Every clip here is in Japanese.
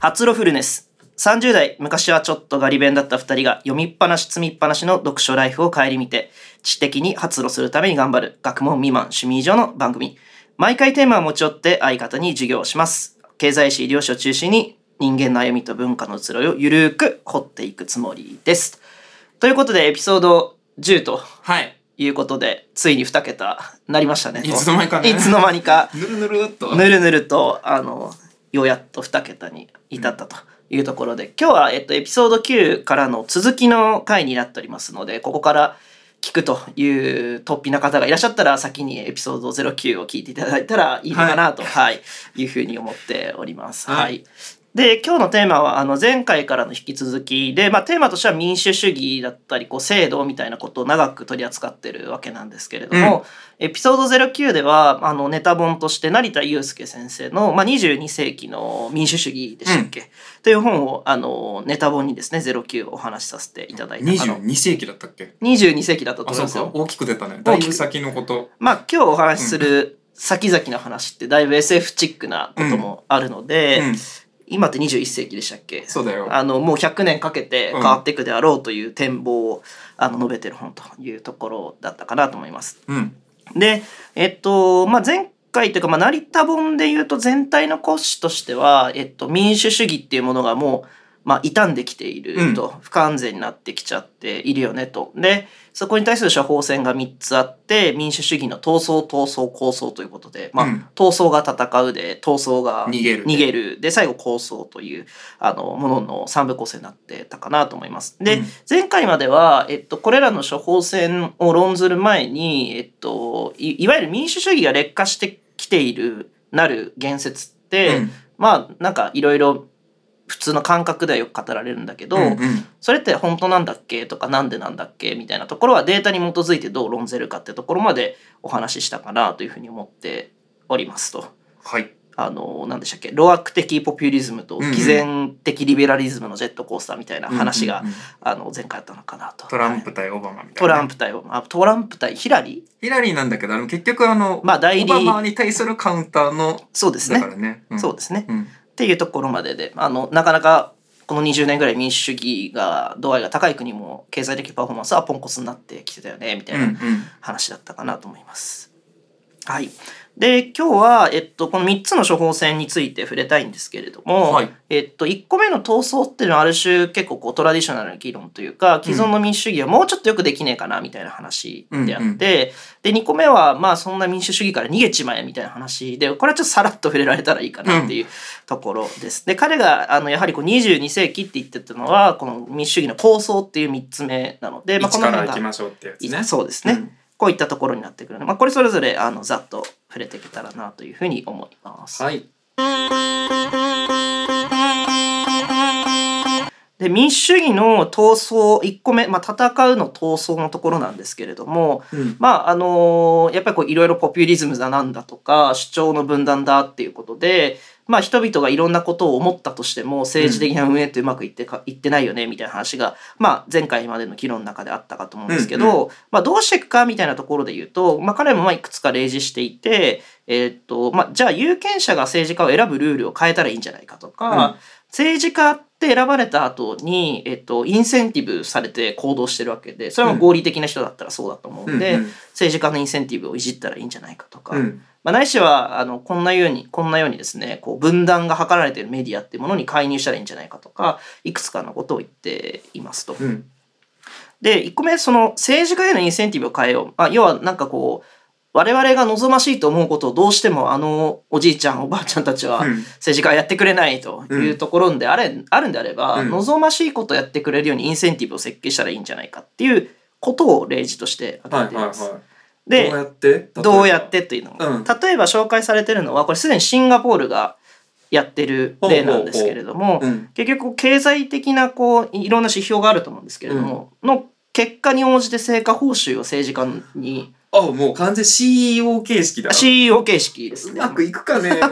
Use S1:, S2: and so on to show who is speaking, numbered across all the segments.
S1: 発露フルネス。30代、昔はちょっとガリ勉だった2人が読みっぱなし積みっぱなしの読書ライフを顧みて、知的に発露するために頑張る学問未満趣味以上の番組。毎回テーマを持ち寄って相方に授業をします。経済史、医療史を中心に人間の歩みと文化の移ろいをゆるーく掘っていくつもりです。ということでエピソード10ということで、ついに2桁なりましたね。
S2: いつの間にかね。
S1: いつの間にか。
S2: ぬるぬるっと。
S1: ぬるぬると、ようやっと2桁に至ったというところで、今日は、エピソード9からの続きの回になっておりますので、ここから聞くという突飛な方がいらっしゃったら、先にエピソード09を聞いていただいたらいいのかなと、いうふうに思っております。で、今日のテーマは前回からの引き続きで、テーマとしては民主主義だったり制度みたいなことを長く取り扱ってるわけなんですけれども、エピソード09ではネタ本として成田悠輔先生の、22世紀の民主主義でしたっけ、という本をネタ本にですね09をお話しさせていただいた
S2: 22世紀だったっけ
S1: ？22世紀だったと思いますよ。
S2: 大きく出たね。だいぶ先のこと。
S1: 今日お話しする先々の話ってだいぶ SF チックなこともあるので、今って21世紀でしたっけ？
S2: そうだよ。
S1: もう100年かけて変わっていくであろうという展望を述べてる本というところだったかなと思います。で、前回というか、成田本でいうと全体の骨子としては、民主主義っていうものがもう、傷んできていると、不完全になってきちゃっているよねと。で、そこに対する処方箋が3つあって、民主主義の闘争、抗争ということで、闘争が戦うで、闘争が逃げるで、最後抗争というものの3部構成になってたかなと思います。で、前回までは、これらの処方箋を論ずる前に、いわゆる民主主義が劣化してきているなる言説って、なんかいろいろ普通の感覚ではよく語られるんだけど、それって本当なんだっけとかなんでなんだっけみたいなところはデータに基づいてどう論ぜるかってところまでお話ししたかなというふうに思っておりますと。何でしたっけ、露悪的ポピュリズムと偽善的リベラリズムのジェットコースターみたいな話が前回あったのかなと。
S2: トランプ対オバマみたいな、
S1: トランプ対ヒラリー
S2: なんだけど、結局オバマに対するカウンターの
S1: そうですね。
S2: だからね。
S1: そうですね。っていうところまでで、なかなかこの20年ぐらい民主主義が度合いが高い国も経済的パフォーマンスはポンコツになってきてたよねみたいな話だったかなと思います。で、今日は、この3つの処方箋について触れたいんですけれども、1個目の闘争っていうのはある種結構トラディショナルな議論というか、既存の民主主義はもうちょっとよくできねえかなみたいな話であって、で、2個目はそんな民主主義から逃げちまえみたいな話で、これはちょっとさらっと触れられたらいいかなっていうところです。で、彼がやはり22世紀って言ってたのは、この民主主義の構想っていう3つ目なので、
S2: この辺が行きましょうってやつね。
S1: そうですね。こういったところになってくるので、これそれぞれざっと触れていけたらなというふうに思います。で、民主主義の闘争1個目、戦うの闘争のところなんですけれども、やっぱりいろいろポピュリズムだなんだとか主張の分断だっていうことで、人々がいろんなことを思ったとしても政治的な運営ってうまくいってないよねみたいな話が、前回までの議論の中であったかと思うんですけど、どうしていくかみたいなところで言うと、彼もいくつか例示していて、じゃあ有権者が政治家を選ぶルールを変えたらいいんじゃないかとか、政治家って選ばれた後に、インセンティブされて行動してるわけで、それはもう合理的な人だったらそうだと思うんで、政治家のインセンティブをいじったらいいんじゃないかとか、ないしはこんなようにですね、分断が図られているメディアっていうものに介入したらいいんじゃないかとか、いくつかのことを言っていますと。で、1個目、その政治家へのインセンティブを変えよう。要は我々が望ましいと思うことをどうしてもおじいちゃんおばあちゃんたちは政治家はやってくれないというところであるんであれば、望ましいことをやってくれるようにインセンティブを設計したらいいんじゃないかっていうことを例示として挙げています。で、どうやってというのも、例えば紹介されてるのはこれすでにシンガポールがやってる例なんですけれども、結局経済的ないろんな指標があると思うんですけれども、の結果に応じて成果報酬を政治家に
S2: もう完全 CEO 形式だ。
S1: CEO 形式ですね。
S2: うまくいくかね。
S1: い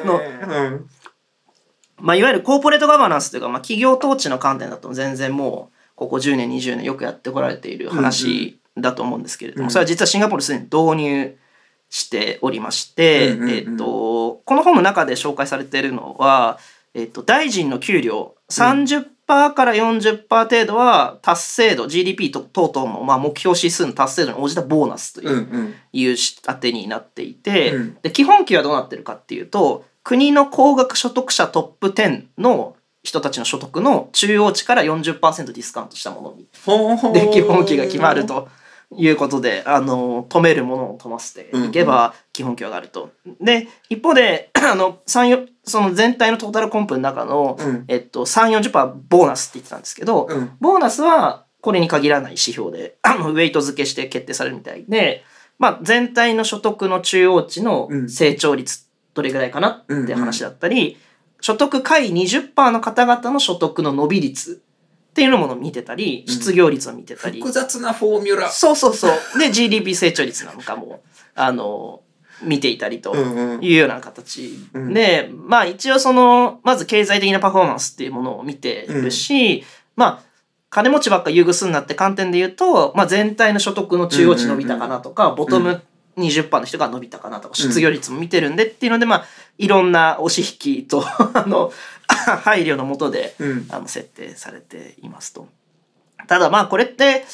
S1: わゆるコーポレートガバナンスというか、企業統治の観点だと全然もうここ10年20年よくやってこられている話だと思うんですけれども、それは実はシンガポールすでに導入しておりまして、この本の中で紹介されているのは大臣の給料 30% から 40% 程度は達成度、GDP 等々の目標指数の達成度に応じたボーナスという当てになっていて、で基本給はどうなってるかっていうと、国の高額所得者トップ10の人たちの所得の中央値から 40% ディスカウントしたものにで基本給が決まるということで、止めるものを止ませていけば基本給上がると。で一方でその全体のトータルコンプの中の、3-40% ボーナスって言ってたんですけど、ボーナスはこれに限らない指標でウェイト付けして決定されるみたいで、全体の所得の中央値の成長率どれぐらいかなって話だったり、所得下位 20% の方々の所得の伸び率っていうのも見てたり、失業率を見てたり、
S2: 複雑なフォーミュラ。
S1: そうで GDP 成長率なんかも見ていたりというような形で、一応まず経済的なパフォーマンスっていうものを見ているし、金持ちばっか優遇すんなって観点で言うと、全体の所得の中央値伸びたかなとか、ボトム20% の人が伸びたかなとか、失業率も見てるんでっていうので、いろんな押し引きと配慮のもとで設定されていますと。ただこれって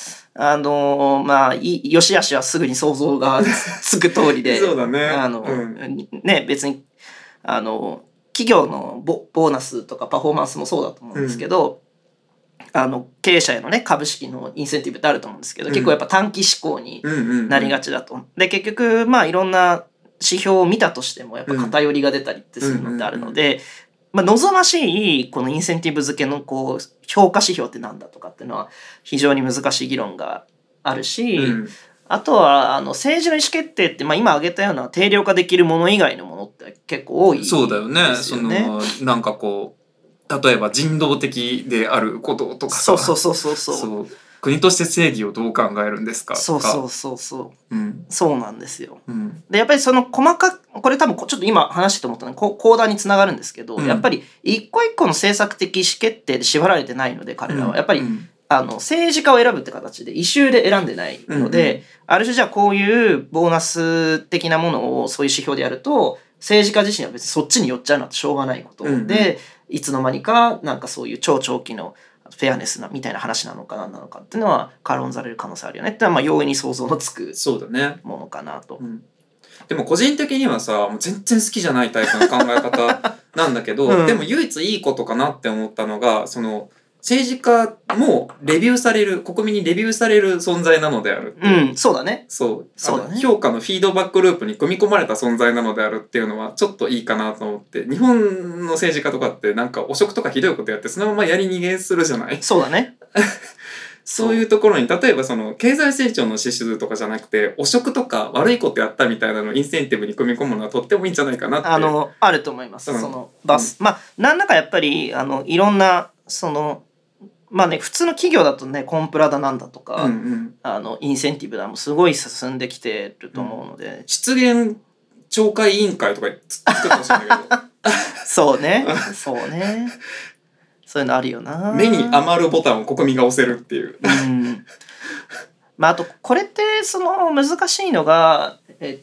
S1: よしあしはすぐに想像がつく通りで
S2: そうだね。
S1: 別に企業のボーナスとかパフォーマンスもそうだと思うんですけど、経営者へのね株式のインセンティブってあると思うんですけど、結構やっぱ短期志向になりがちだと。で結局いろんな指標を見たとしてもやっぱ偏りが出たりってするのってあるので、望ましいこのインセンティブ付けの評価指標ってなんだとかっていうのは非常に難しい議論があるし、あとは政治の意思決定って、今挙げたような定量化できるもの以外のものって結構多いですよね。
S2: そうだよね。なんか例えば人道的であることとかさ、そう国として正義をどう考えるんですかとか、
S1: そうなんですよ。でやっぱり細かこれ多分ちょっと今話してて思ったのは講談につながるんですけど、やっぱり一個一個の政策的意思決定で縛られてないので、彼らはやっぱり、政治家を選ぶって形でイシューで選んでないので、ある種じゃあこういうボーナス的なものをそういう指標でやると政治家自身は別にそっちに寄っちゃうのはしょうがないことで、いつの間にかなんかそういう超長期のフェアネスなみたいな話なのか何なのかっていうのはカ論される可能性あるよねってのは容易に想像のつくものかなと。
S2: でも個人的にはさ、もう全然好きじゃないタイプの考え方なんだけど、でも唯一いいことかなって思ったのが、政治家もレビューされる、国民にレビューされる存在なのである。
S1: そうだね。
S2: 評価のフィードバックループに組み込まれた存在なのであるっていうのはちょっといいかなと思って、日本の政治家とかってなんか汚職とかひどいことやってそのままやり逃げするじゃない？
S1: そうだね。
S2: そういうところに、例えば経済成長の指数とかじゃなくて汚職とか悪いことやったみたいなのをインセンティブに組み込むのはとってもいいんじゃないかなって。
S1: あると思います。何らかやっぱりいろんな普通の企業だとねコンプラだなんだとか、インセンティブだもすごい進んできてると思うので、
S2: 失言懲戒委員会とか作ってほしいんだけど
S1: そうねそういうのあるよな。
S2: 目に余るボタンを国民が押せるっていう
S1: あとこれって難しいのが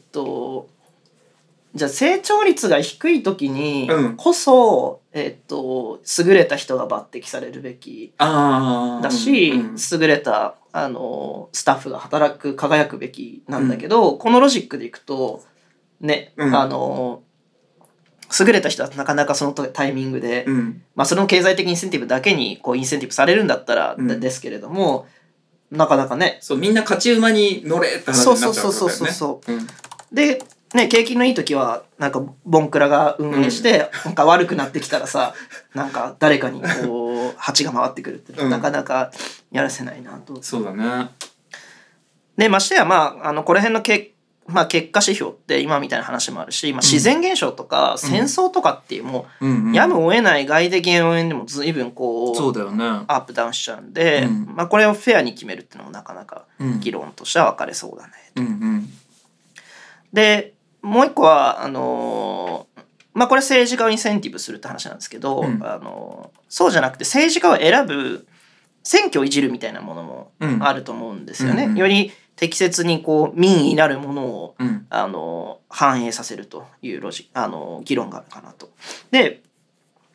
S1: じゃあ成長率が低い時にこそ、優れた人が抜擢されるべきだし、優れたスタッフが輝くべきなんだけど、このロジックでいくとね、優れた人はなかなかそのタイミングで、その経済的インセンティブだけにインセンティブされるんだったらですけれども、なかなかね、
S2: みんな勝ち馬に乗れって話になっちゃうからね。
S1: でね、景気のいい時はなんかボンクラが運営して、なんか悪くなってきたらさ、なんか誰かに鉢が回ってくるってなかなかやらせないなと。
S2: そうだね。
S1: でましてやこの辺の結果指標って今みたいな話もあるし、自然現象とか戦争とかっていうもう、やむを得ない外的要因でも随分
S2: そうだよね、
S1: アップダウンしちゃうんで、これをフェアに決めるっていうのもなかなか議論としては分かれそうだねと。でもう一個はこれ政治家をインセンティブするって話なんですけど、そうじゃなくて政治家を選ぶ選挙をいじるみたいなものもあると思うんですよね。より適切に民意なるものを、反映させるという議論があるかなと。で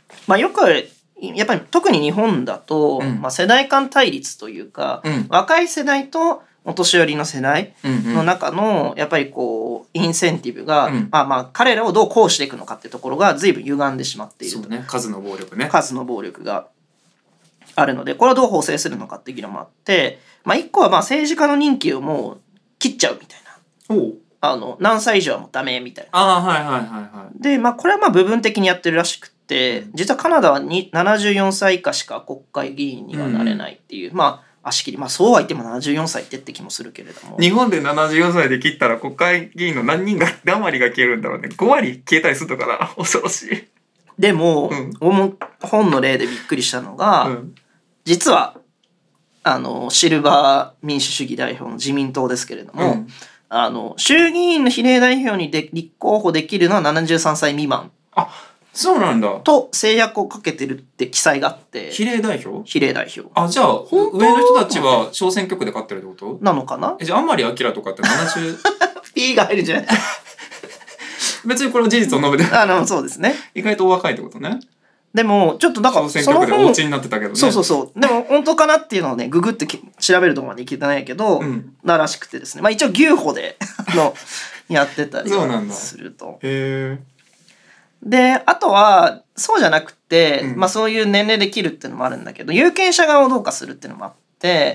S1: まあよくやっぱり特に日本だと、まあ、世代間対立というか、若い世代とお年寄りの世代の中のやっぱりこうインセンティブが、まあ彼らをどうこうしていくのかっていうところが随分歪んでしまっていると。
S2: そうね、数の暴力ね。
S1: 数の暴力があるので、これをどう法制するのかっていう議論もあって、まあ一個はまあ政治家の任期をもう切っちゃうみたいな。何歳以上はもうダメみたいな。
S2: はいはいはいはい。
S1: で、まあこれはまあ部分的にやってるらしくて、実はカナダは74歳以下しか国会議員にはなれないっていう、まあ足切り、まあそうは言っても74歳って気もするけれども。
S2: 日本で74歳で切ったら国会議員の何割が消えるんだろうね。5割消えたりするのかな。恐ろしい。
S1: でも、本の例でびっくりしたのが、実はシルバー民主主義代表の自民党ですけれども、衆議院の比例代表に立候補できるのは73歳未満。
S2: あ、そうなんだ。
S1: と制約をかけてるって記載があって。
S2: 比例代表？
S1: 比例代表。
S2: あ、じゃあ上の人たちは小選挙区で勝ってるってこと
S1: なのかな？
S2: じゃあ甘利明とかって70
S1: P が入るじゃん。
S2: 別にこれは事実を述べて
S1: そうですね。
S2: 意外とお若いってことね。
S1: でもちょっとなんか
S2: 小選挙区でお家になってたけどね。
S1: そうでも本当かなっていうのをねググって調べるとこまでいけてないけど、ならしくてですね、まあ一応牛歩でやってたりすると。
S2: へー。
S1: であとはそうじゃなくて、まあそういう年齢で切るっていうのもあるんだけど、有権者側をどうかするっていうのもあって、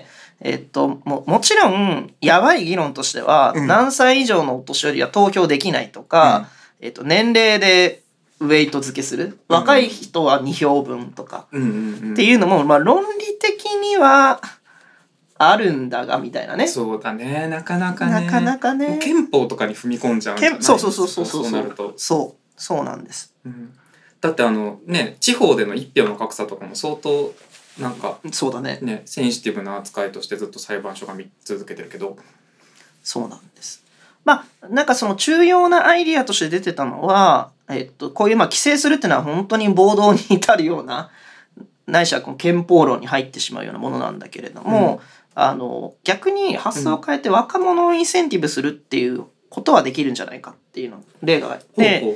S1: もちろんやばい議論としては、何歳以上のお年寄りは投票できないとか、年齢でウェイト付けする、若い人は2票分とかっていうのも、まあ論理的にはあるんだがみたいなね。
S2: そうだね、なかなかね。憲法とかに踏み込んじゃうんじゃない？
S1: そう
S2: なると。
S1: そうなんです。
S2: だってね、地方での一票の格差とかも相当なんか
S1: そうだね。
S2: センシティブな扱いとしてずっと裁判所が見続けてるけど。
S1: そうなんです。まあなんかその重要なアイディアとして出てたのは、こういうまあ規制するっていうのは本当に暴動に至るような、ないしはこの憲法論に入ってしまうようなものなんだけれども、逆に発想を変えて若者をインセンティブするっていうことはできるんじゃないかっていうの例があって、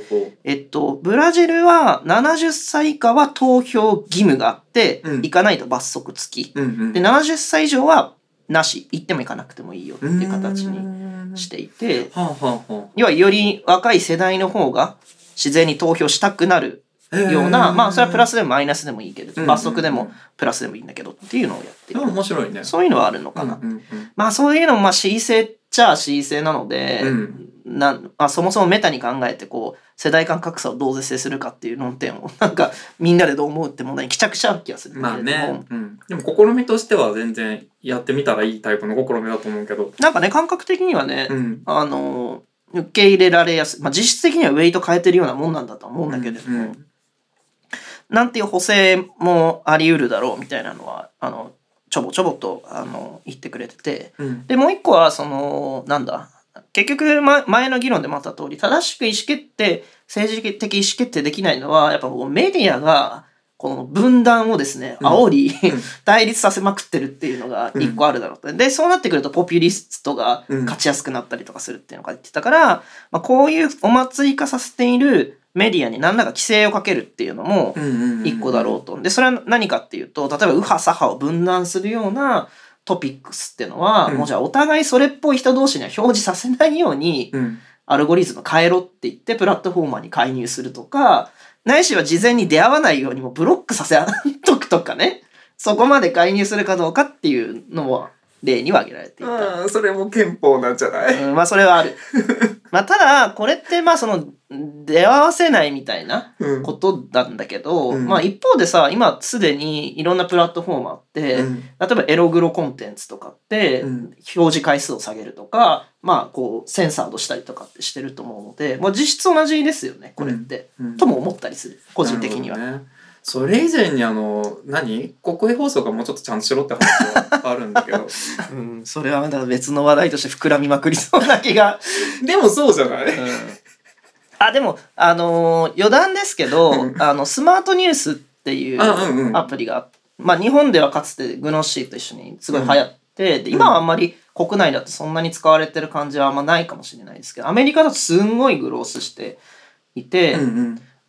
S1: ブラジルは70歳以下は投票義務があって、行かないと罰則付き、で70歳以上はなし、行っても行かなくてもいいよっていう形にしていて、要はより若い世代の方が自然に投票したくなるような、まあそれはプラスでもマイナスでもいいけど、罰則でもプラスでもいいんだけどっていうのをやっている。
S2: 面白いね。
S1: そういうのはあるのかな。まあそういうのもまあ恣意性っちゃ恣意性なので、そもそもメタに考えてこう世代間格差をどう是正するかっていう論点をなんかみんなでどう思うって問題に帰着しちゃう気がするんだけれども、
S2: まあね、でも試みとしては全然やってみたらいいタイプの試みだと思うけど、
S1: なんかね感覚的にはね、受け入れられやすい、まあ、実質的にはウェイト変えてるようなもんなんだと思うんだけれども、なんていう補正もあり得るだろうみたいなのはちょぼちょぼと言ってくれてて、でもう一個は結局、前の議論でもあった通り、正しく意思決定、政治的意思決定できないのはやっぱメディアがこの分断をですね煽り、対立させまくってるっていうのが一個あるだろうと。でそうなってくるとポピュリストが勝ちやすくなったりとかするっていうのが言ってたから、こういうお祭り化させているメディアに何らか規制をかけるっていうのも一個だろうと。でそれは何かっていうと、例えば右派左派を分断するようなトピックスっていうのは、もうじゃあお互いそれっぽい人同士には表示させないように、アルゴリズム変えろって言ってプラットフォーマーに介入するとか、ないしは事前に出会わないようにもブロックさせとくとかね、そこまで介入するかどうかっていうのも例には挙げられていた。
S2: それも憲法なんじゃない？
S1: まあそれはある。まあただこれってまあその出会わせないみたいなことなんだけど、まあ一方でさ、今すでにいろんなプラットフォーマーって、例えばエログロコンテンツとかって表示回数を下げるとか、まあこうセンサードしたりとかってしてると思うので、まあ実質同じですよねこれって、とも思ったりする個人的には。
S2: それ以前に国営放送がもうちょっとちゃんとしろって話はあるんだけど
S1: それはまだ別の話題として膨らみまくりそうな気が
S2: でもそうじゃない？
S1: でも余談ですけどスマートニュースっていうアプリが、まあ日本ではかつてグノッシーと一緒にすごい流行って、で今はあんまり国内だとそんなに使われてる感じはあんまないかもしれないですけど、アメリカだとすんごいグロースしていて、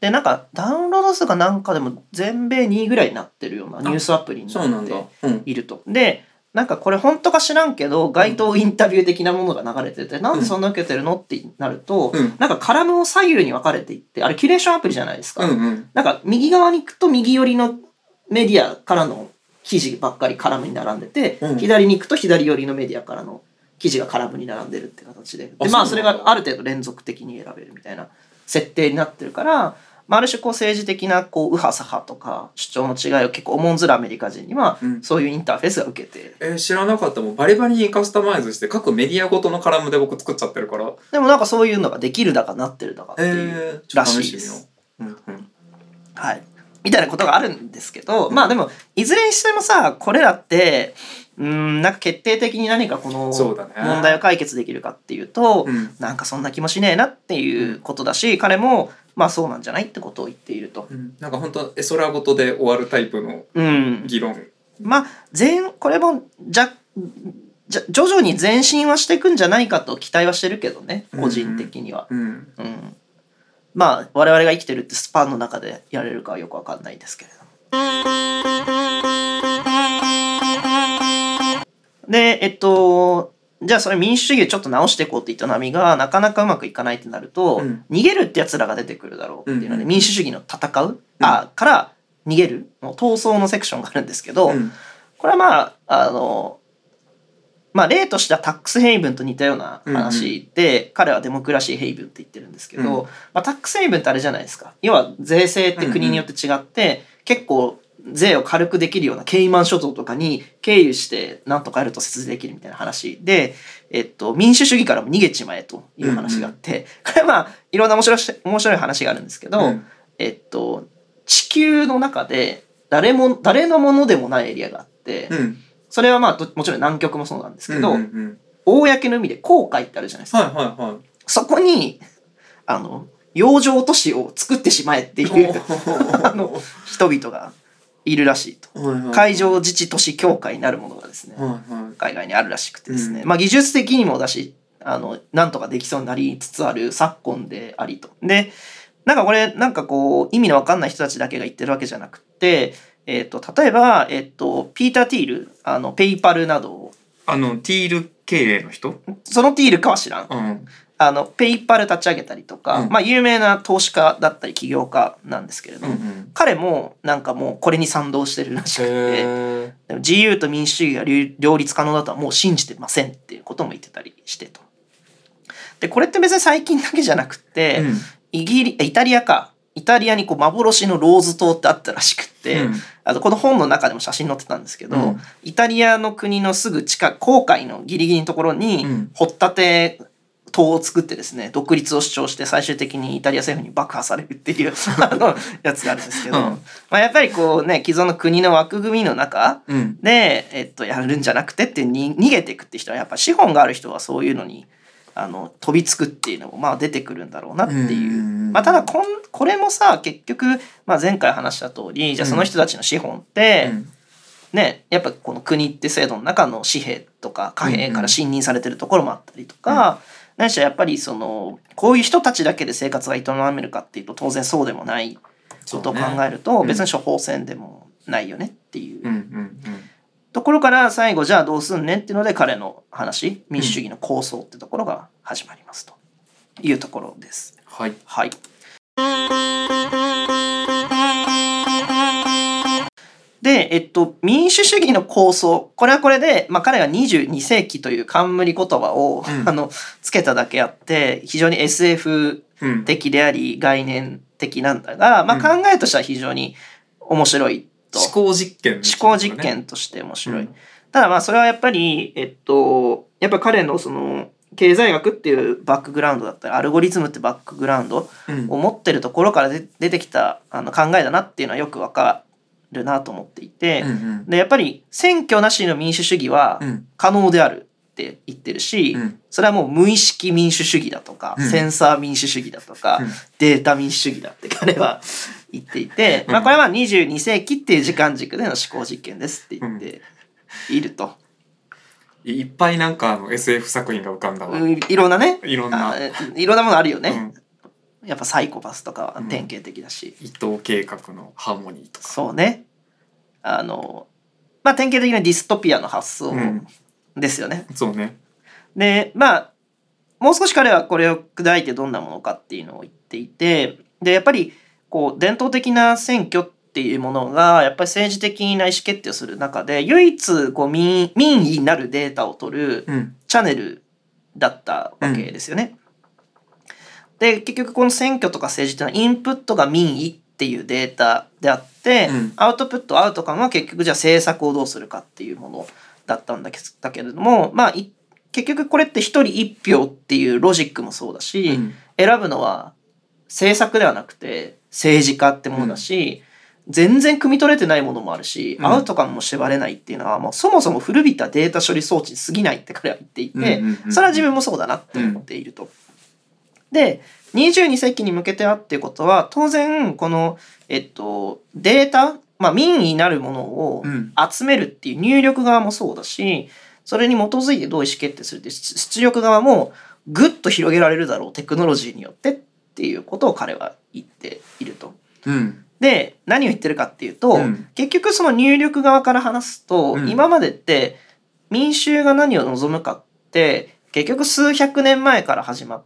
S1: でなんかダウンロード数がなんかでも全米2位ぐらいになってるようなニュースアプリになっていると。でなんかこれ本当か知らんけど街頭インタビュー的なものが流れてて、なんでそんな受けてるのってなると、なんかカラムを左右に分かれていって、あれキュレーションアプリじゃないですか。なんか右側に行くと右寄りのメディアからの記事ばっかりカラムに並んでて、左に行くと左寄りのメディアからの記事がカラムに並んでるって形で、まあそれがある程度連続的に選べるみたいな設定になってるから、ある種こう政治的なこう右派左派とか主張の違いを結構重んずるアメリカ人にはそういうインターフェースが受けて、
S2: 知らなかった。もうバリバリにカスタマイズして各メディアごとのカラムで僕作っちゃってるから。
S1: でもなんかそういうのができるだかなってるだかっていうらしいです。はい、みたいなことがあるんですけど、まあでもいずれにしてもさ、これらってなんか決定的に何かこの問題を解決できるかっていうと、なんかそんな気もしねえなっていうことだし、彼もまあそうなんじゃないってことを言っていると。
S2: なんか本当絵空ごとで終わるタイプの議論。
S1: まあこれも徐々に前進はしていくんじゃないかと期待はしてるけどね、個人的には。まあ我々が生きてるってスパンの中でやれるかはよくわかんないですけれども。でじゃあそれ民主主義をちょっと直していこうって言った波がなかなかうまくいかないってなると、逃げるってやつらが出てくるだろうっていうので、民主主義の戦う、から逃げる闘争のセクションがあるんですけど、これはまあまあ例としてはタックスヘイブンと似たような話で、彼はデモクラシーヘイブンって言ってるんですけど、まあ、タックスヘイブンってあれじゃないですか。要は税制って国によって違って、結構税を軽くできるようなケイマン諸島とかに経由してなんとかやると節税できるみたいな話で、民主主義からも逃げちまえという話があって、これはまあいろんな面白い話があるんですけど、地球の中で誰のものでもないエリアがあって、それはまあもちろん南極もそうなんですけど、公の海で航海ってあるじゃないですか。そこに洋上都市を作ってしまえっていう人々がいるらしいと。海上自治都市協会になるものがですね、海外にあるらしくてですね、まあ技術的にもだしなんとかできそうになりつつある昨今でありと。でなんかこれなんかこう意味の分かんない人たちだけが言ってるわけじゃなくて、例えば、ピーター・ティールペイパルなどを
S2: ティール経営の人、
S1: そのティールかは知らん、ペイパル立ち上げたりとか、まあ有名な投資家だったり起業家なんですけれども、彼もなんかもうこれに賛同してるらしくて、自由と民主主義が両立可能だとはもう信じてませんっていうことも言ってたりしてと。でこれって別に最近だけじゃなくて、イタリアにこう幻のローズ島ってあったらしくて、この本の中でも写真載ってたんですけど、イタリアの国のすぐ近く航海のギリギリのところに掘ったて島を作ってですね、独立を主張して最終的にイタリア政府に爆破されるっていうやつがあるんですけど、まあ、やっぱりこうね既存の国の枠組みの中で、やるんじゃなくてって逃げていくって人はやっぱ資本がある人はそういうのに飛びつくっていうのもまあ出てくるんだろうなっていう。まあ、ただこれもさ結局、まあ、前回話した通りじゃあその人たちの資本って、ね、やっぱこの国って制度の中の紙幣とか貨幣から信任されてるところもあったりとか、何しろやっぱりこういう人たちだけで生活が営めるかっていうと当然そうでもないことを考えると、別に処方箋でもないよねっていうところから最後じゃあどうすんねんっていうので彼の話民主主義の構想ってところが始まりますというところです。
S2: はい、
S1: はい、で、民主主義の構想これはこれで、まあ、彼が22世紀という冠言葉を、つけただけあって非常に SF 的であり、概念的なんだが、まあ、考えとしては非常に面白いと、
S2: 思考実験
S1: として面白い、ただまあそれはやっぱりやっぱ彼の経済学っていうバックグラウンドだったりアルゴリズムってバックグラウンドを持ってるところから出てきた考えだなっていうのはよくわかるなと思っていて、でやっぱり選挙なしの民主主義は可能であるって言ってるし、それはもう無意識民主主義だとか、センサー民主主義だとか、データ民主主義だって彼は言っていて、まあこれは22世紀っていう時間軸での思考実験ですって言っていると。
S2: いっぱいなんかSF 作品が浮かんだわ。
S1: いろんなものあるよね。 やっぱサイコパスとかは典型的だし、
S2: 伊藤計画のハーモニーとか。
S1: そうね。まあ典型的なディストピアの発想ですよね。
S2: そうね。
S1: で、まあもう少し彼はこれを砕いてどんなものかっていうのを言っていて、でやっぱりこう伝統的な選挙っていうものがやっぱり政治的な意思決定をする中で唯一こう民意になるデータを取るチャンネルだったわけですよね。で結局この選挙とか政治っていうのはインプットが民意っていうデータであって、アウトプットアウトカムは結局じゃあ政策をどうするかっていうものだったんだけれども、まあ結局これって一人一票っていうロジックもそうだし、選ぶのは政策ではなくて政治家ってものだし、全然汲み取れてないものもあるし、アウトカムも縛れないっていうのはもうそもそも古びたデータ処理装置に過ぎないって彼は言っていて、それは自分もそうだなって思っていると。で22世紀に向けてはっていうことは当然この、データ、まあ、民意になるものを集めるっていう入力側もそうだし、それに基づいてどう意思決定するって出力側もぐっと広げられるだろうテクノロジーによってっていうことを彼は言っていると。で何を言ってるかっていうと、結局その入力側から話すと、今までって民衆が何を望むかって結局数百年前から始まった、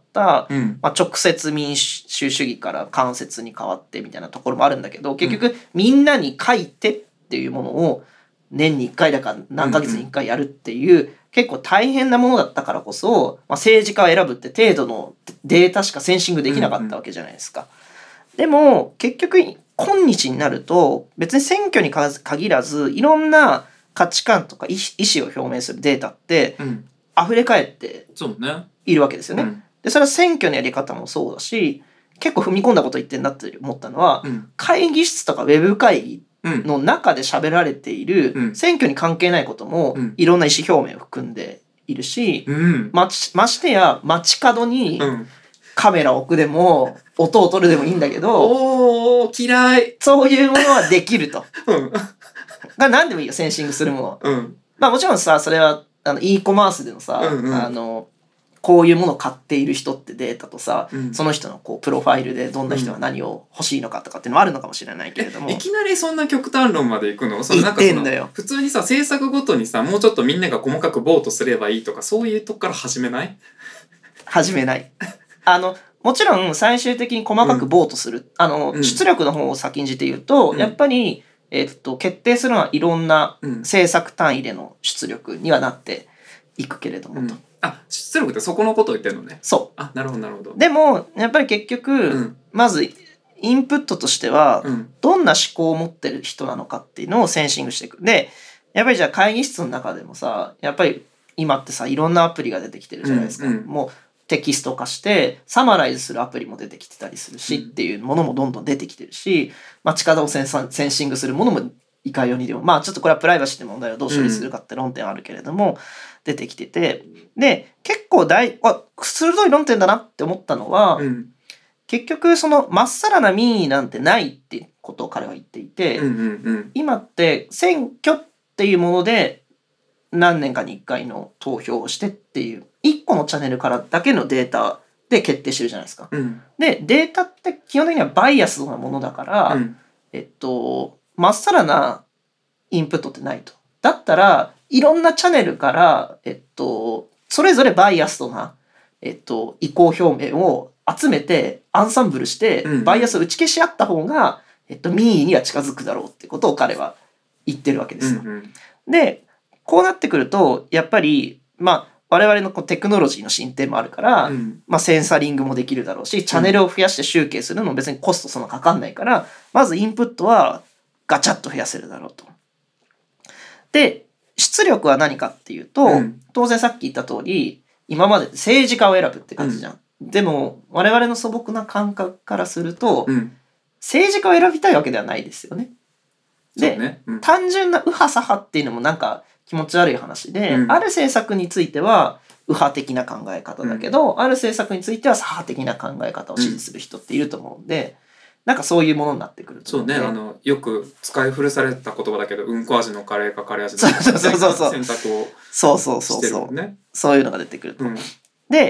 S1: まあ、直接民主主義から間接に変わってみたいなところもあるんだけど、結局みんなに書いてっていうものを年に1回だか何ヶ月に1回やるっていう結構大変なものだったからこそ、まあ、政治家を選ぶって程度のデータしかセンシングできなかったわけじゃないですか。でも結局今日になると別に選挙に限らずいろんな価値観とか意思を表明するデータって溢れ返っているわけですよね。でそれは選挙のやり方もそうだし、結構踏み込んだこと言ってんなって思ったのは、会議室とかウェブ会議の中で喋られている選挙に関係ないこともいろんな意思表明を含んでいるし、ましてや街角にカメラを置くでも音を取るでもいいんだけど、
S2: 嫌い
S1: そういうものはできると。が何でもいいよ、センシングするもの。まあもちろんさ、それはe コマースでのさ、こういうものを買っている人ってデータとさ、その人のこうプロファイルでどんな人が何を欲しいのかとかっていうのもあるのかもしれないけれども、
S2: いきなりそんな極端論までいくの？
S1: 言ってんだよ。
S2: 普通にさ、政策ごとにさ、もうちょっとみんなが細かくボートすればいいとか、そういうとこから始めない？
S1: 始めない。もちろん最終的に細かくボートする、出力の方を先んじて言うと、やっぱり決定するのはいろんな政策単位での出力にはなっていくけれどもと。
S2: 出力ってそこのことを言ってるのね。
S1: そう。
S2: なるほどなるほど。
S1: でもやっぱり結局、まずインプットとしては、どんな思考を持ってる人なのかっていうのをセンシングしていく。でやっぱりじゃあ会議室の中でもさ、やっぱり今ってさいろんなアプリが出てきてるじゃないですか。もうテキスト化してサマライズするアプリも出てきてたりするし、っていうものもどんどん出てきてるし、街角をセンシングするものもいかようにでも、まあちょっとこれはプライバシーって問題をどう処理するかって論点あるけれども、出てきてて、で結構鋭い論点だなって思ったのは、結局そのまっさらな民意なんてないってことを彼は言っていて、今って選挙っていうもので何年かに1回の投票をしてっていう1個のチャンネルからだけのデータで決定してるじゃないですか。でデータって基本的にはバイアスなものだから、まっさらなインプットってないと。だったらいろんなチャンネルから、それぞれバイアスとな、意向表明を集めてアンサンブルしてバイアスを打ち消し合った方が、民意には近づくだろうってことを彼は言ってるわけですよ。でこうなってくるとやっぱりまあ我々のこうテクノロジーの進展もあるから、まあ、センサリングもできるだろうし、チャンネルを増やして集計するのも別にコストそんなかかんないから、まずインプットはガチャッと増やせるだろうと。で出力は何かっていうと、当然さっき言った通り今まで政治家を選ぶって感じじゃん。でも我々の素朴な感覚からすると、政治家を選びたいわけではないですよね。で、単純な右派左派っていうのもなんか気持ち悪い話で、ある政策については右派的な考え方だけど、ある政策については左派的な考え方を支持する人っていると思うんで、なんかそういうものになってくると思うんで。
S2: そうね、よく使い古された言葉だけど、うんこ味のカレーかカレー味
S1: のカレーか選択を
S2: してるもんね。
S1: そういうのが出てくると。で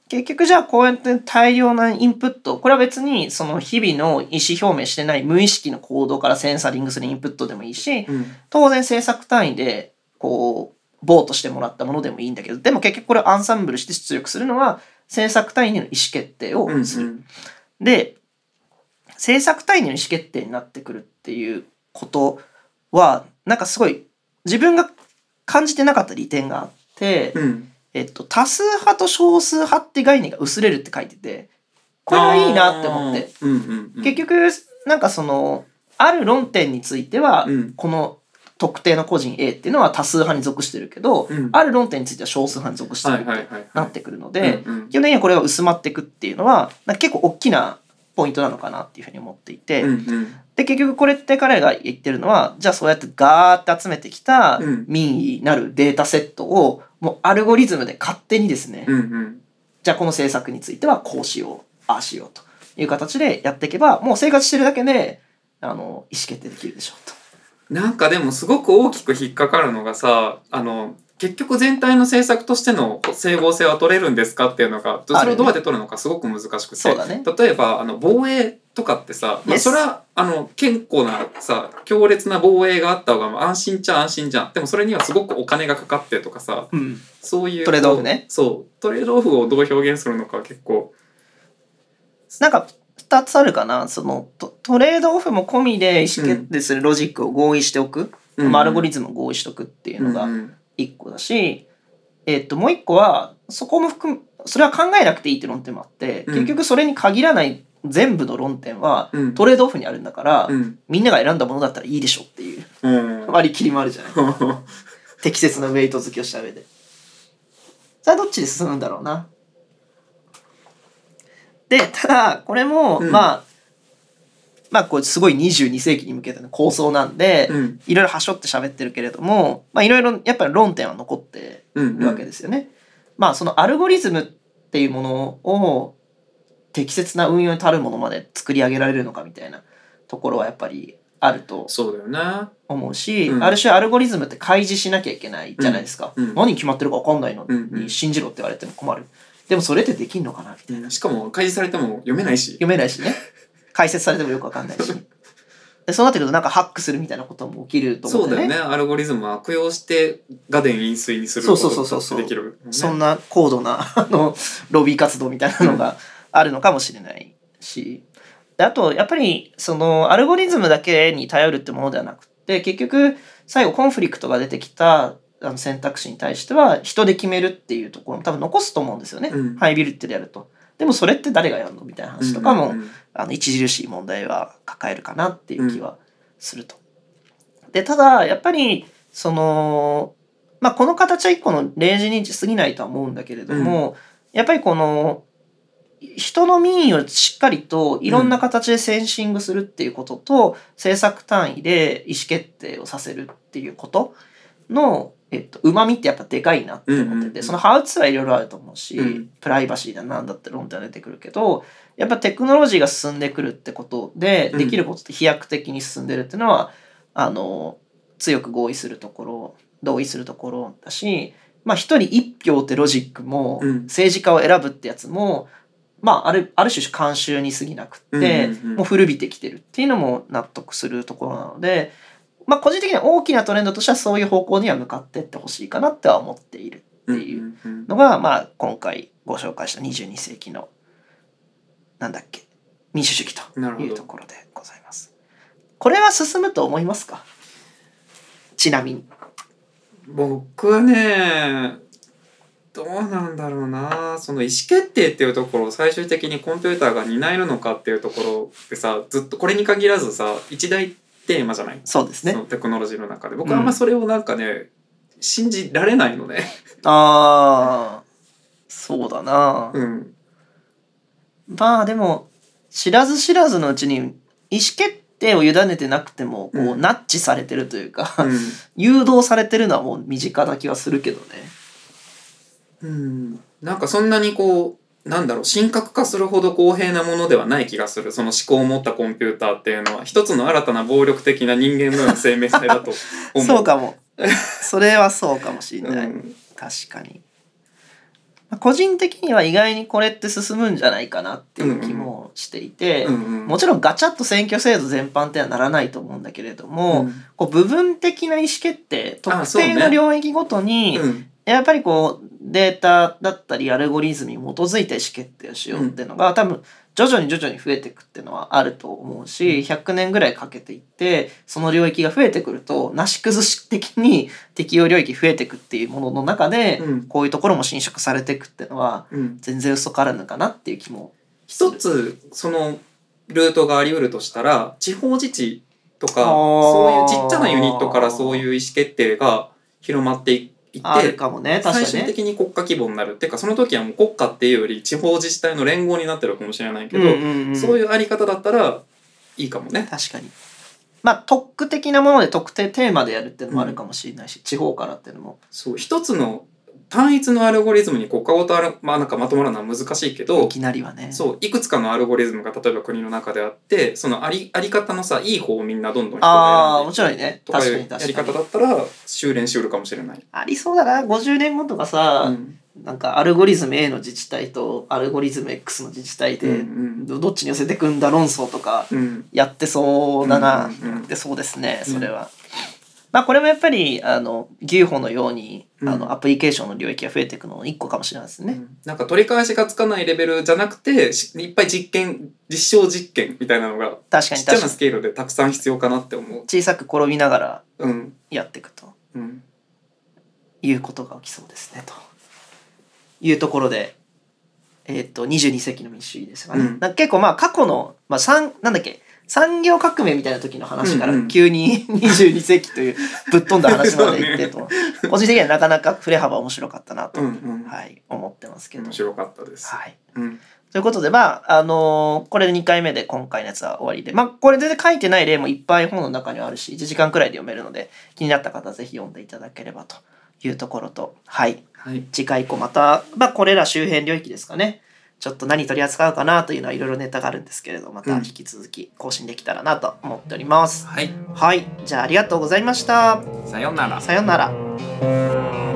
S1: 結局じゃあこうやって大量なインプット、これは別にその日々の意思表明してない無意識の行動からセンサリングするインプットでもいいし、当然制作単位でこうボートしてもらったものでもいいんだけど、でも結局これをアンサンブルして出力するのは制作単位での意思決定をする。で、制作単位での意思決定になってくるっていうことはなんかすごい自分が感じてなかった利点があって、多数派と少数派って概念が薄れるって書いてて、これはいいなって思って、結局なんかそのある論点については、この特定の個人 A っていうのは多数派に属してるけど、ある論点については少数派に属してるってなってくるので、基本的にはこれが薄まっていくっていうのはなんか結構大きなポイントなのかなっていうふうに思っていて、で結局これって彼が言ってるのは、じゃあそうやってガーって集めてきた民意なるデータセットをもうアルゴリズムで勝手にですね、じゃあこの政策についてはこうしようああしようという形でやっていけば、もう生活してるだけで意思決定できるでしょうと。
S2: なんかでもすごく大きく引っかかるのがさ、結局全体の政策としての整合性は取れるんですかっていうのが、それをどうやって取るのかすごく難しくて、
S1: そうだね、
S2: 例えば防衛とかってさ、それは健康なさ強烈な防衛があった方が安心っちゃ安心じゃん。でもそれにはすごくお金がかかってとかさ、そういう
S1: トレードオフね。
S2: そうトレードオフをどう表現するのか結構
S1: なんか2つあるかな。そのトレードオフも込みで意思決定するロジックを合意しておく、アルゴリズムを合意しておくっていうのが1個だし、もう1個はそこもそれは考えなくていいって論点もあって、結局それに限らない全部の論点はトレードオフにあるんだから、みんなが選んだものだったらいいでしょっていう割り切りもあるじゃない適切なウェイト付けをした上で。さあどっちで進むんだろうな。でただこれも、まあこれすごい22世紀に向けての構想なんで、いろいろはしょって喋ってるけれども、いろいろやっぱり論点は残ってるわけですよね。そのアルゴリズムっていうものを適切な運用に足るものまで作り上げられるのかみたいなところはやっぱりあると思うし、ある種アルゴリズムって開示しなきゃいけないじゃないですか。何決まってるか分かんないのに信じろって言われても困る。でもそれってできんのかなみたいな。
S2: しかも開示されても読めないし
S1: ね。解説されてもよく分かんないし。でそうなってくるとなんかハックするみたいなことも起きると思うんだよね。
S2: そうだよね。アルゴリズムは悪用して画電飲水にすることってできる、
S1: そんな高度なロビー活動みたいなのがあるのかもしれないし、であとやっぱりそのアルゴリズムだけに頼るってものではなくて、結局最後コンフリクトが出てきた選択肢に対しては人で決めるっていうところも多分残すと思うんですよね、ハイビルってでやると。でもそれって誰がやるのみたいな話とかも、著しい問題は抱えるかなっていう気はすると。でただやっぱりその、この形は一個の例示に過ぎないとは思うんだけれども、やっぱりこの人の民意をしっかりといろんな形でセンシングするっていうことと、政策単位で意思決定をさせるっていうことの旨味ってやっぱでかいなって思ってて、そのハウツーはいろいろあると思うし、プライバシーだなんだって論点は出てくるけど、やっぱテクノロジーが進んでくるってことで、できることって飛躍的に進んでるっていうのは強く同意するところだし、一人一票ってロジックも、政治家を選ぶってやつもある種慣習に過ぎなくって、もう古びてきてるっていうのも納得するところなので、個人的には大きなトレンドとしてはそういう方向には向かっていってほしいかなっては思っているっていうのが、今回ご紹介した22世紀の民主主義というところでございます。これは進むと思いますか？ちなみに
S2: 僕はね、どうなんだろうな。その意思決定っていうところを最終的にコンピューターが担えるのかっていうところってさ、ずっとこれに限らずさ、一大テーマじゃない？
S1: そうですね。
S2: そのテクノロジーの中で僕はあんまそれを信じられないのね
S1: そうだな。でも知らず知らずのうちに意思決定を委ねてなくてもナッチされてるというか、誘導されてるのはもう身近な気はするけどね。
S2: なんかそんなに神格化するほど公平なものではない気がする。その思考を持ったコンピューターっていうのは一つの新たな暴力的な人間のような生命体だと思う
S1: そうかもそれはそうかもしれない、確かに。 個人的には意外にこれって進むんじゃないかなっていう気もしていて、もちろんガチャッと選挙制度全般ってはならないと思うんだけれども、こう部分的な意思決定、特定の領域ごとに、やっぱりこうデータだったりアルゴリズムに基づいて意思決定をしようっていうのが、多分徐々に増えていくっていうのはあると思うし、100年ぐらいかけていってその領域が増えてくるとなし崩し的に適用領域増えていくっていうものの中で、こういうところも侵食されていくっていうのは全然嘘からぬかなっていう気も
S2: 一つそのルートがあり得るとしたら、地方自治とかそういうちっちゃなユニットからそういう意思決定が広まっていって
S1: あるかもね、確かにね、
S2: 最終的に国家規模になるっていうか、その時はもう国家っていうより地方自治体の連合になってるかもしれないけど、そういうあり方だったらいいかもね。
S1: 確かに。まあ特区的なもので特定テーマでやるっていうのもあるかもしれないし、地方からっていうのも
S2: そう一つの単一のアルゴリズムに国家ごとなんかまとまるのは難しいけど、
S1: いきなりはね、
S2: そういくつかのアルゴリズムが例えば国の中であって、そのあり方のさいい方をみんなどんどん人
S1: が選んでもちろんね、
S2: とかいうやり方だったら修練しうるかもしれない。
S1: ありそうだな。50年後とかさ、なんかアルゴリズム A の自治体とアルゴリズム X の自治体でどっちに寄せてくんだ論争とかやってそうだな、やってそうですね、それは。まあこれもやっぱりGUFO のようにアプリケーションの領域が増えていくのの一個かもしれないですね。
S2: なんか取り返しがつかないレベルじゃなくて、いっぱい実証実験みたいなのがちっちゃなスケールでたくさん必要かなって思う。
S1: 小さく転びながらやっていくと、いうことが起きそうですねというところで、22世紀の民主主義ですよね。結構まあ過去の、なんだっけ、産業革命みたいな時の話から急に22世紀というぶっ飛んだ話までいってと、個人的にはなかなか振れ幅面白かったなと、思ってますけど。
S2: 面白かったです。
S1: はい。ということで、これで2回目で今回のやつは終わりで、これ全然書いてない例もいっぱい本の中にはあるし、1時間くらいで読めるので、気になった方はぜひ読んでいただければというところと、次回以降また、これら周辺領域ですかね。ちょっと何取り扱うかなというのはいろいろネタがあるんですけれど、また引き続き更新できたらなと思っております。はい。じゃあありがとうございました。
S2: さようなら。
S1: さようなら。